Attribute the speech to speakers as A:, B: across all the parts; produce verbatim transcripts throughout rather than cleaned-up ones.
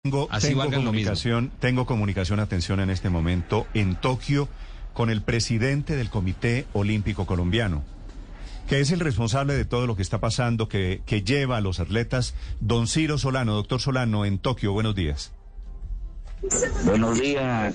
A: Tengo,
B: Así
A: tengo
B: valgan lo mismo.
A: comunicación, tengo comunicación, atención, en este momento en Tokio con el presidente del Comité Olímpico Colombiano, que es el responsable de todo lo que está pasando, que, que lleva a los atletas, don Ciro Solano. Doctor Solano, en Tokio, buenos días.
C: Buenos días,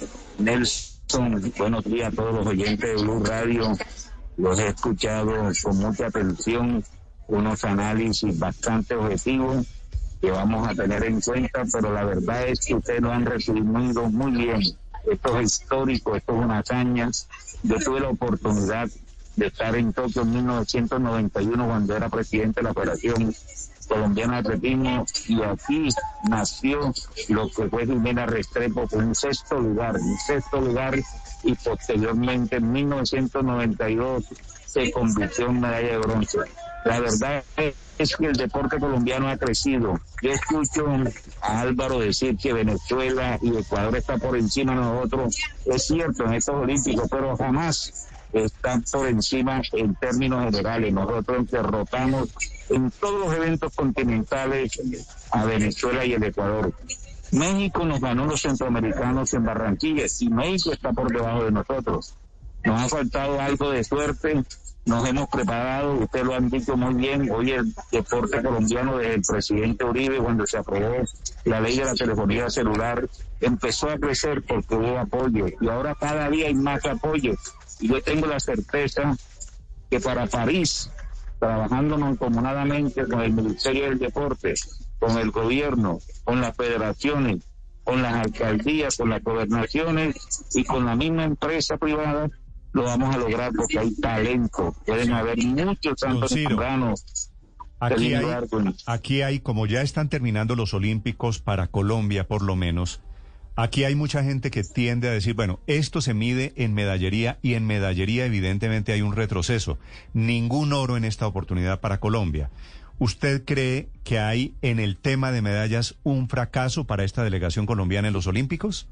C: Nelson. Buenos días a todos los oyentes de Blue Radio. Los he escuchado con mucha atención, unos análisis bastante objetivos que vamos a tener en cuenta, pero la verdad es que ustedes lo han resumido muy bien. Esto es histórico, esto es una hazaña. Yo tuve la oportunidad de estar en Tokio en mil novecientos noventa y uno cuando era presidente de la Federación Colombiana de Atletismo, y aquí nació lo que fue Jimena Restrepo con un sexto lugar, un sexto lugar, y posteriormente en mil novecientos noventa y dos se convirtió en medalla de bronce. La verdad es que el deporte colombiano ha crecido. Yo escucho a Álvaro decir que Venezuela y Ecuador están por encima de nosotros. Es cierto en estos olímpicos, pero jamás están por encima en términos generales. Nosotros derrotamos en todos los eventos continentales a Venezuela y el Ecuador. México nos ganó los centroamericanos en Barranquilla y México está por debajo de nosotros. Nos ha faltado algo de suerte. Nos hemos preparado, ustedes lo han dicho muy bien. Hoy el deporte colombiano, desde el presidente Uribe, cuando se aprobó la ley de la telefonía celular, empezó a crecer porque hubo apoyo, y ahora cada día hay más apoyo. Y yo tengo la certeza que para París, trabajando mancomunadamente con el Ministerio del Deporte, con el gobierno, con las federaciones, con las alcaldías, con las gobernaciones y con la misma empresa privada, lo vamos a lograr porque hay talento. Pueden haber muchos santos tempranos.
A: Aquí hay, aquí hay, como ya están terminando los Olímpicos para Colombia por lo menos, aquí hay mucha gente que tiende a decir, bueno, esto se mide en medallería, y en medallería evidentemente hay un retroceso. Ningún oro en esta oportunidad para Colombia. ¿Usted cree que hay en el tema de medallas un fracaso para esta delegación colombiana en los Olímpicos?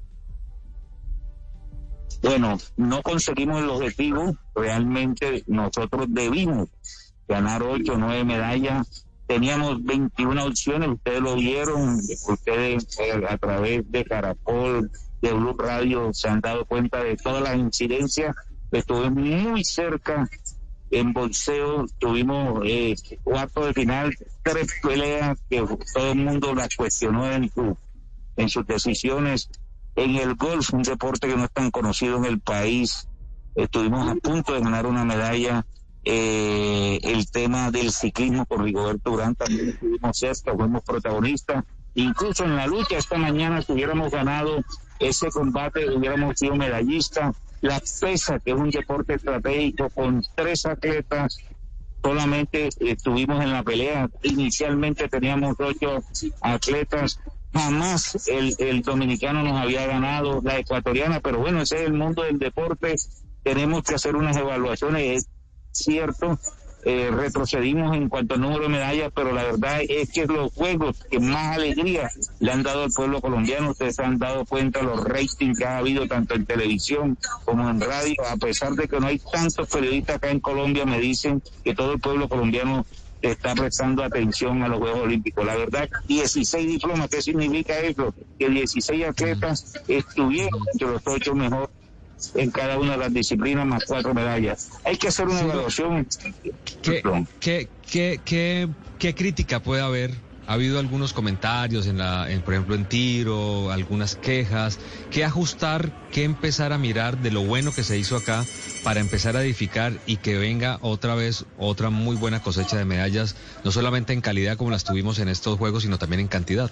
C: Bueno, no conseguimos el objetivo. Realmente nosotros debimos ganar ocho o nueve medallas. Teníamos veintiuna opciones, ustedes lo vieron, ustedes eh, a través de Caracol, de Blue Radio, se han dado cuenta de todas las incidencias. Estuvimos muy cerca en boxeo, tuvimos eh, cuarto de final, tres peleas que todo el mundo las cuestionó en, su, en sus decisiones. En el golf, un deporte que no es tan conocido en el país, estuvimos a punto de ganar una medalla. Eh, el tema del ciclismo por Rigoberto Urán también estuvimos cerca, fuimos protagonistas. Incluso en la lucha esta mañana, si hubiéramos ganado ese combate, hubiéramos sido medallistas. La pesa, que es un deporte estratégico, con tres atletas solamente estuvimos en la pelea. Inicialmente teníamos ocho atletas. Jamás el, el dominicano nos había ganado, la ecuatoriana, pero bueno, ese es el mundo del deporte. Tenemos que hacer unas evaluaciones. Es cierto, eh, retrocedimos en cuanto al número de medallas, pero la verdad es que los juegos que más alegría le han dado al pueblo colombiano. Ustedes se han dado cuenta de los ratings que ha habido tanto en televisión como en radio. A pesar de que no hay tantos periodistas acá en Colombia, me dicen que todo el pueblo colombiano está prestando atención a los Juegos Olímpicos. La verdad, dieciséis diplomas. ¿Qué significa eso? Que dieciséis atletas estuvieron entre los ocho mejores en cada una de las disciplinas, más cuatro medallas. Hay que hacer una evaluación.
B: ¿Qué, qué, qué, qué, qué crítica puede haber? Ha habido algunos comentarios, en la, en, por ejemplo, en tiro, algunas quejas. ¿Qué ajustar, qué empezar a mirar de lo bueno que se hizo acá para empezar a edificar y que venga otra vez otra muy buena cosecha de medallas, no solamente en calidad como las tuvimos en estos Juegos, sino también en cantidad?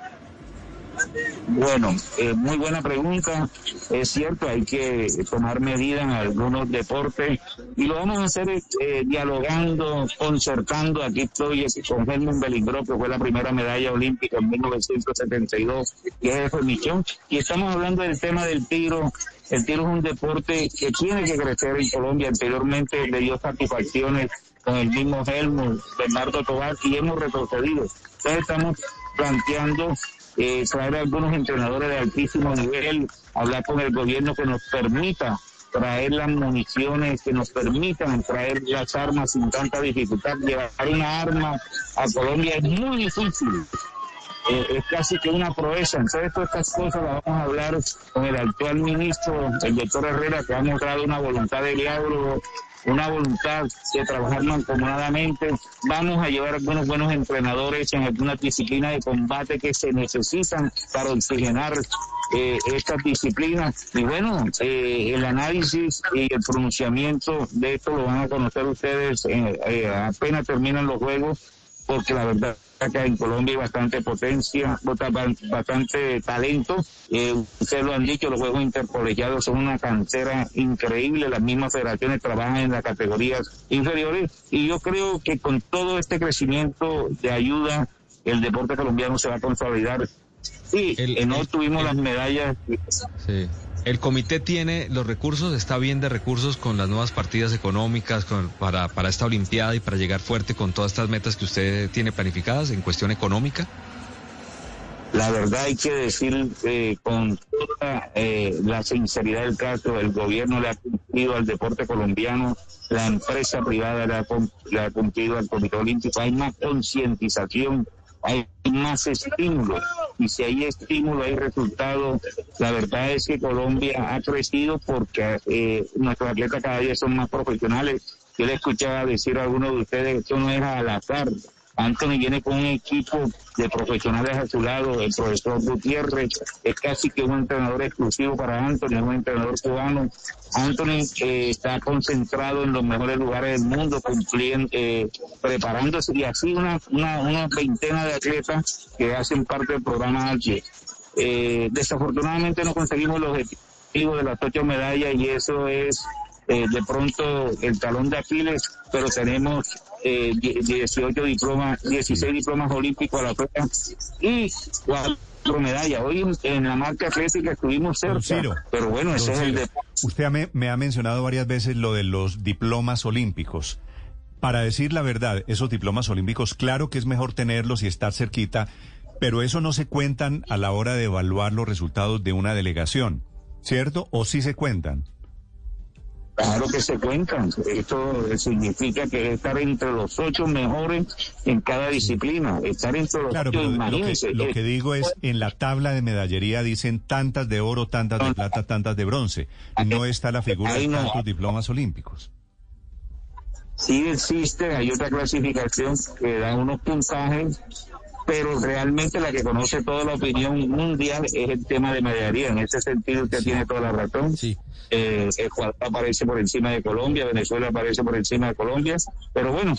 C: Bueno, eh, muy buena pregunta. Es cierto, hay que tomar medidas en algunos deportes y lo vamos a hacer eh, dialogando, concertando. Aquí estoy con Helmut Belingrov, que fue la primera medalla olímpica en mil novecientos setenta y dos, que es de Michón, y estamos hablando del tema del tiro. El tiro es un deporte que tiene que crecer en Colombia. Anteriormente le dio satisfacciones con el mismo Helmut, Bernardo Tobar, y hemos retrocedido. Entonces estamos planteando Eh, traer a algunos entrenadores de altísimo nivel, hablar con el gobierno que nos permita traer las municiones, que nos permitan traer las armas sin tanta dificultad. Llevar una arma a Colombia es muy difícil. eh, es casi que una proeza. Entonces todas estas cosas las vamos a hablar con el actual ministro, el doctor Herrera, que ha mostrado una voluntad de diálogo, una voluntad de trabajar mancomunadamente. Vamos a llevar algunos buenos entrenadores en algunas disciplinas de combate que se necesitan para oxigenar eh, estas disciplinas. Y bueno, eh, el análisis y el pronunciamiento de esto lo van a conocer ustedes eh, eh, apenas terminan los juegos, porque la verdad que en Colombia hay bastante potencia, bastante talento. Eh, ustedes lo han dicho, los juegos intercolegiados son una cantera increíble, las mismas federaciones trabajan en las categorías inferiores, y yo creo que con todo este crecimiento de ayuda, el deporte colombiano se va a consolidar. Sí, el, eh, no el, tuvimos el, las medallas.
B: Sí. ¿El comité tiene los recursos, está bien de recursos con las nuevas partidas económicas con, para, para esta Olimpiada y para llegar fuerte con todas estas metas que usted tiene planificadas en cuestión económica?
C: La verdad hay que decir eh, con toda eh, la sinceridad del caso, el gobierno le ha cumplido al deporte colombiano, la empresa privada le ha, le ha cumplido al Comité Olímpico, hay más concientización, hay más estímulo, y si hay estímulo hay resultado. La verdad es que Colombia ha crecido porque eh, nuestros atletas cada día son más profesionales. Yo le escuchaba decir a algunos de ustedes, esto no es al azar. Anthony viene con un equipo de profesionales a su lado, el profesor Gutiérrez es casi que un entrenador exclusivo para Anthony, es un entrenador cubano. Anthony eh, está concentrado en los mejores lugares del mundo, cumpliendo, eh, preparándose, y así una, una, una veintena de atletas que hacen parte del programa H. Eh, desafortunadamente no conseguimos los objetivos de las ocho medallas, y eso es eh, de pronto el talón de Aquiles, pero tenemos eh, dieciocho diplomas, dieciséis diplomas olímpicos a la fecha y cuatro medallas. Hoy en la marca atlética estuvimos cerca,
A: Ciro,
C: pero bueno, ese es el de...
A: Usted me, me ha mencionado varias veces lo de los diplomas olímpicos. Para decir la verdad, esos diplomas olímpicos, claro que es mejor tenerlos y estar cerquita, pero eso no se cuentan a la hora de evaluar los resultados de una delegación, ¿cierto? ¿O sí se cuentan?
C: Claro que se cuentan. Esto significa que estar entre los ocho mejores en cada disciplina. Estar entre los
A: claro,
C: ocho,
A: pero
C: imagínense.
A: Lo que, lo que digo es, en la tabla de medallería dicen tantas de oro, tantas de plata, tantas de bronce. No está la figura de tantos diplomas olímpicos.
C: Sí existe, hay otra clasificación que da unos puntajes, pero realmente la que conoce toda la opinión mundial es el tema de medallería. En ese sentido usted tiene toda la razón.
A: Sí.
C: Eh, Ecuador aparece por encima de Colombia, Venezuela aparece por encima de Colombia, pero bueno,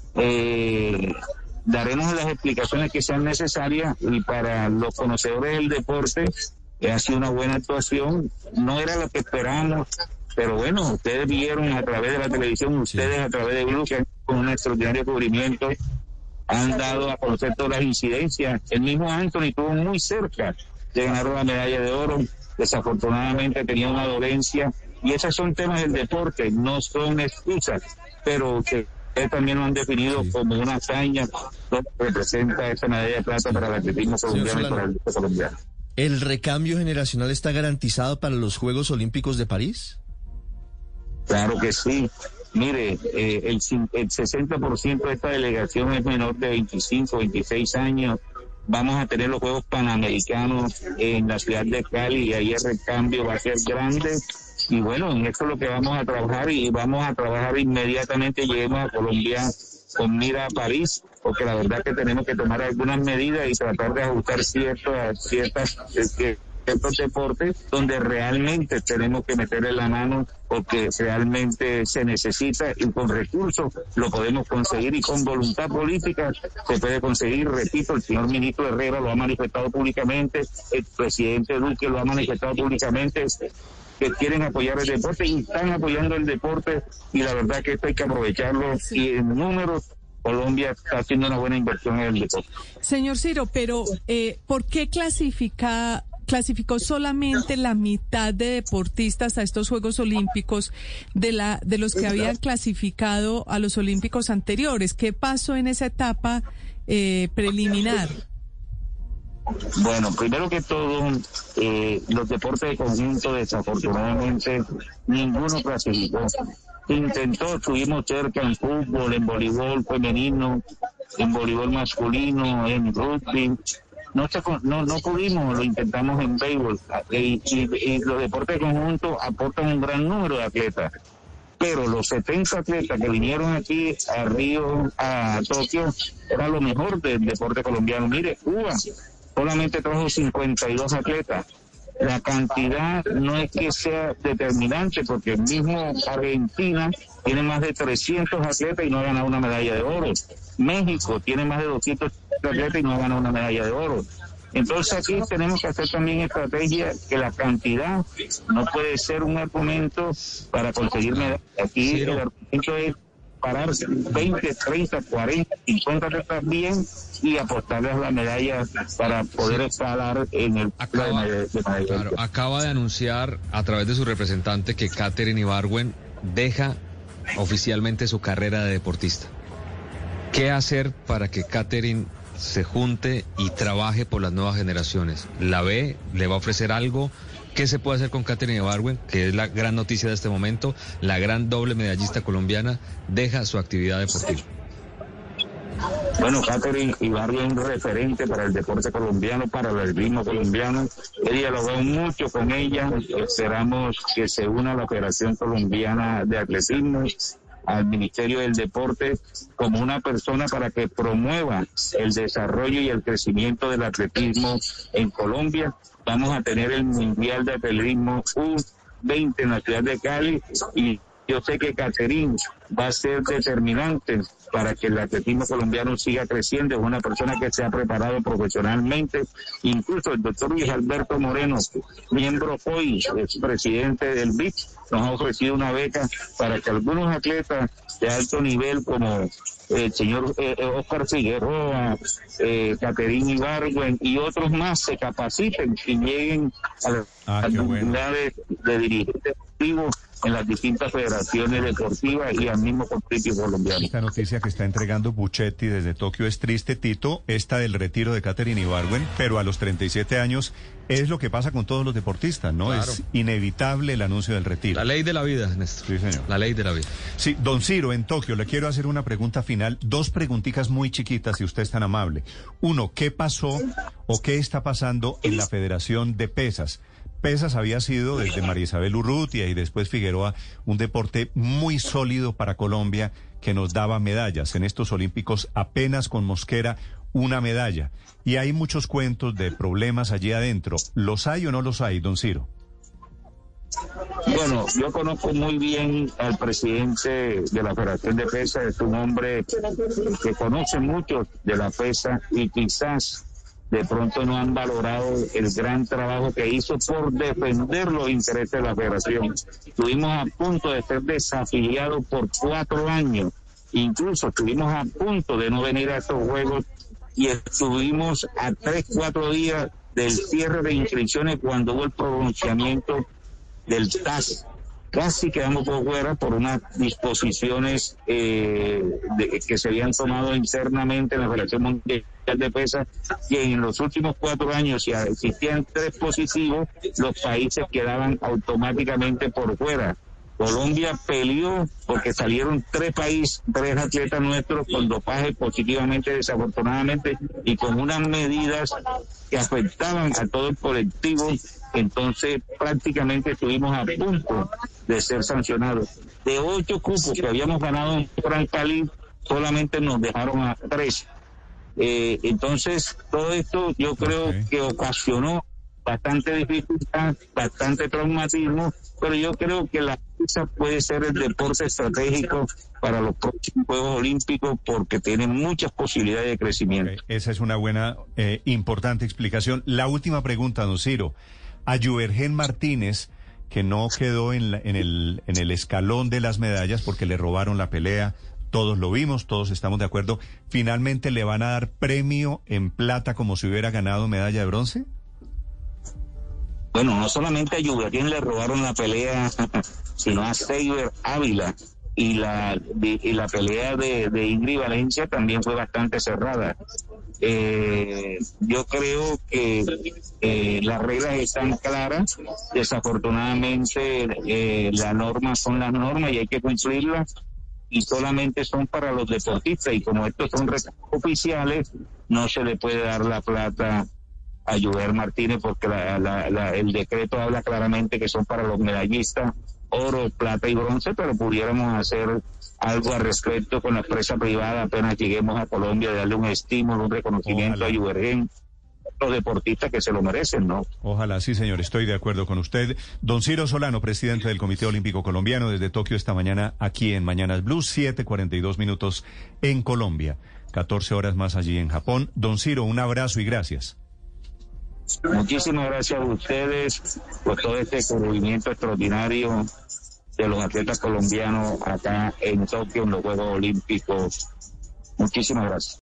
C: eh, daremos las explicaciones que sean necesarias, y para los conocedores del deporte eh, ha sido una buena actuación, no era lo que esperábamos, pero bueno, ustedes vieron a través de la televisión, ustedes a través de Blue, que con un extraordinario cubrimiento han dado a conocer todas las incidencias. El mismo Anthony estuvo muy cerca de ganar la medalla de oro, desafortunadamente tenía una dolencia, y esos son temas del deporte, no son excusas, pero que ustedes también lo han definido sí. como una hazaña que representa esa medalla de plata para el atletismo colombiano y para el deporte colombiano.
D: ¿El recambio generacional está garantizado para los Juegos Olímpicos de París?
C: Claro que sí. Mire, eh, el, el sesenta por ciento de esta delegación es menor de veinticinco, veintiséis años. Vamos a tener los Juegos Panamericanos en la ciudad de Cali, y ahí el recambio va a ser grande. Y bueno, en eso es lo que vamos a trabajar, y vamos a trabajar inmediatamente. Lleguemos a Colombia con mira a París, porque la verdad que tenemos que tomar algunas medidas y tratar de ajustar ciertas, ciertas, ciertos deportes donde realmente tenemos que meterle la mano, porque realmente se necesita, y con recursos lo podemos conseguir, y con voluntad política se puede conseguir. Repito, el señor ministro Herrera lo ha manifestado públicamente, el presidente Duque lo ha manifestado públicamente, que quieren apoyar el deporte y están apoyando el deporte, y la verdad que esto hay que aprovecharlo, sí. Y en números Colombia está haciendo una buena inversión en el deporte.
E: Señor Ciro, pero eh, ¿por qué clasifica clasificó solamente la mitad de deportistas a estos Juegos Olímpicos de la de los que habían clasificado a los Olímpicos anteriores? ¿Qué pasó en esa etapa eh, preliminar?
C: Bueno, primero que todo, eh, los deportes de conjunto, desafortunadamente, ninguno clasificó. Intentó, estuvimos cerca en fútbol, en voleibol femenino, en voleibol masculino, en rugby, no, se, no, no pudimos, lo intentamos en béisbol, y, y, y los deportes conjuntos aportan un gran número de atletas. Pero los setenta atletas que vinieron aquí a Río, a Tokio, era lo mejor del deporte colombiano. Mire, Cuba solamente trajo cincuenta y dos atletas. La cantidad no es que sea determinante, porque el mismo Argentina tiene más de trescientos atletas y no ha ganado una medalla de oro. México tiene más de doscientos atletas y no ha ganado una medalla de oro. Entonces aquí tenemos que hacer también estrategia, que la cantidad no puede ser un argumento para conseguir medallas. Aquí sí, el argumento es parar veinte, treinta, cuarenta, cincuenta atletas bien y apostarles a la medalla para poder escalar en el
B: acaba, de, de claro, acaba de anunciar a través de su representante que Katherine Ibargüen deja oficialmente su carrera de deportista. ¿Qué hacer para que Katherine se junte y trabaje por las nuevas generaciones? ¿La ve? ¿Le va a ofrecer algo? ¿Qué se puede hacer con Katherine Ibargüen, que es la gran noticia de este momento? La gran doble medallista colombiana deja su actividad deportiva.
C: Bueno, Katherine Ibargüen es un referente para el deporte colombiano, para el atletismo colombiano. He dialogado mucho con ella. Esperamos que se una a la Federación Colombiana de Atletismo, al Ministerio del Deporte, como una persona para que promueva el desarrollo y el crecimiento del atletismo en Colombia. Vamos a tener el Mundial de Atletismo U veinte en la ciudad de Cali y yo sé que Katherine va a ser determinante para que el atletismo colombiano siga creciendo. Es una persona que se ha preparado profesionalmente. Incluso el doctor Luis Alberto Moreno, miembro hoy, es presidente del B I C, nos ha ofrecido una beca para que algunos atletas de alto nivel como el señor eh, Oscar Figueroa, eh, Katherine Ibargüen y otros más se capaciten y lleguen a las ah, comunidades bueno. de dirigentes deportivos en las distintas federaciones deportivas y al mismo competitivo colombiano.
A: Esta noticia que está entregando Buchetti desde Tokio es triste, Tito, esta del retiro de Katherine Ibargüen, pero a los treinta y siete años es lo que pasa con todos los deportistas, ¿no? Claro. Es inevitable el anuncio del retiro.
B: La ley de la vida, Néstor.
A: Sí, señor.
B: La ley de la vida.
A: Sí, don Ciro, en Tokio, le quiero hacer una pregunta final, dos preguntitas muy chiquitas, si usted es tan amable. Uno, ¿qué pasó o qué está pasando en la Federación de Pesas? Pesas había sido desde María Isabel Urrutia y después Figueroa un deporte muy sólido para Colombia que nos daba medallas. En estos Olímpicos apenas con Mosquera una medalla. Y hay muchos cuentos de problemas allí adentro. ¿Los hay o no los hay, don Ciro?
C: Bueno, yo conozco muy bien al presidente de la Federación de Pesas. Es un hombre que conoce mucho de la pesa y quizás de pronto no han valorado el gran trabajo que hizo por defender los intereses de la federación. Estuvimos a punto de ser desafiliados por cuatro años, incluso estuvimos a punto de no venir a estos juegos y estuvimos a tres, cuatro días del cierre de inscripciones cuando hubo el pronunciamiento del T A S. Casi quedamos por fuera por unas disposiciones eh, de, que se habían tomado internamente en la Federación Mundial de Pesas, y en los últimos cuatro años, si existían tres positivos, los países quedaban automáticamente por fuera. Colombia peleó porque salieron tres países, tres atletas nuestros con dopaje positivamente, desafortunadamente, y con unas medidas que afectaban a todo el colectivo. Entonces prácticamente estuvimos a punto de ser sancionados. De ocho cupos que habíamos ganado en Gran Cali, solamente nos dejaron a tres. Eh, entonces todo esto yo creo okay. que ocasionó bastante dificultad, bastante traumatismo, pero yo creo que la pesa puede ser el deporte estratégico para los próximos Juegos Olímpicos porque tiene muchas posibilidades de crecimiento.
A: Okay. Esa es una buena, eh, importante explicación. La última pregunta, don Ciro. A Juvergen Martínez, que no quedó en, la, en, el, en el escalón de las medallas porque le robaron la pelea, todos lo vimos, todos estamos de acuerdo, ¿finalmente le van a dar premio en plata como si hubiera ganado medalla de bronce?
C: Bueno, no solamente a Juvergen le robaron la pelea, sino a Seiber Ávila, y la, y la pelea de, de Ingrid Valencia también fue bastante cerrada. Eh, yo creo que eh, las reglas están claras. Desafortunadamente eh, las normas son las normas y hay que cumplirlas, y solamente son para los deportistas, y como estos son oficiales no se le puede dar la plata a Yuber Martínez, porque la, la, la, el decreto habla claramente que son para los medallistas, oro, plata y bronce, pero pudiéramos hacer algo al respecto con la empresa privada apenas lleguemos a Colombia, de darle un estímulo, un reconocimiento Ojalá. a Yubergen, los deportistas que se lo merecen, ¿no?
A: Ojalá, sí, señor, estoy de acuerdo con usted. Don Ciro Solano, presidente del Comité Olímpico Colombiano, desde Tokio esta mañana, aquí en Mañanas Blue, siete cuarenta y dos minutos en Colombia, catorce horas más allí en Japón. Don Ciro, un abrazo y gracias.
C: Muchísimas gracias a ustedes por todo este movimiento extraordinario de los atletas colombianos acá en Tokio, en los Juegos Olímpicos. Muchísimas gracias.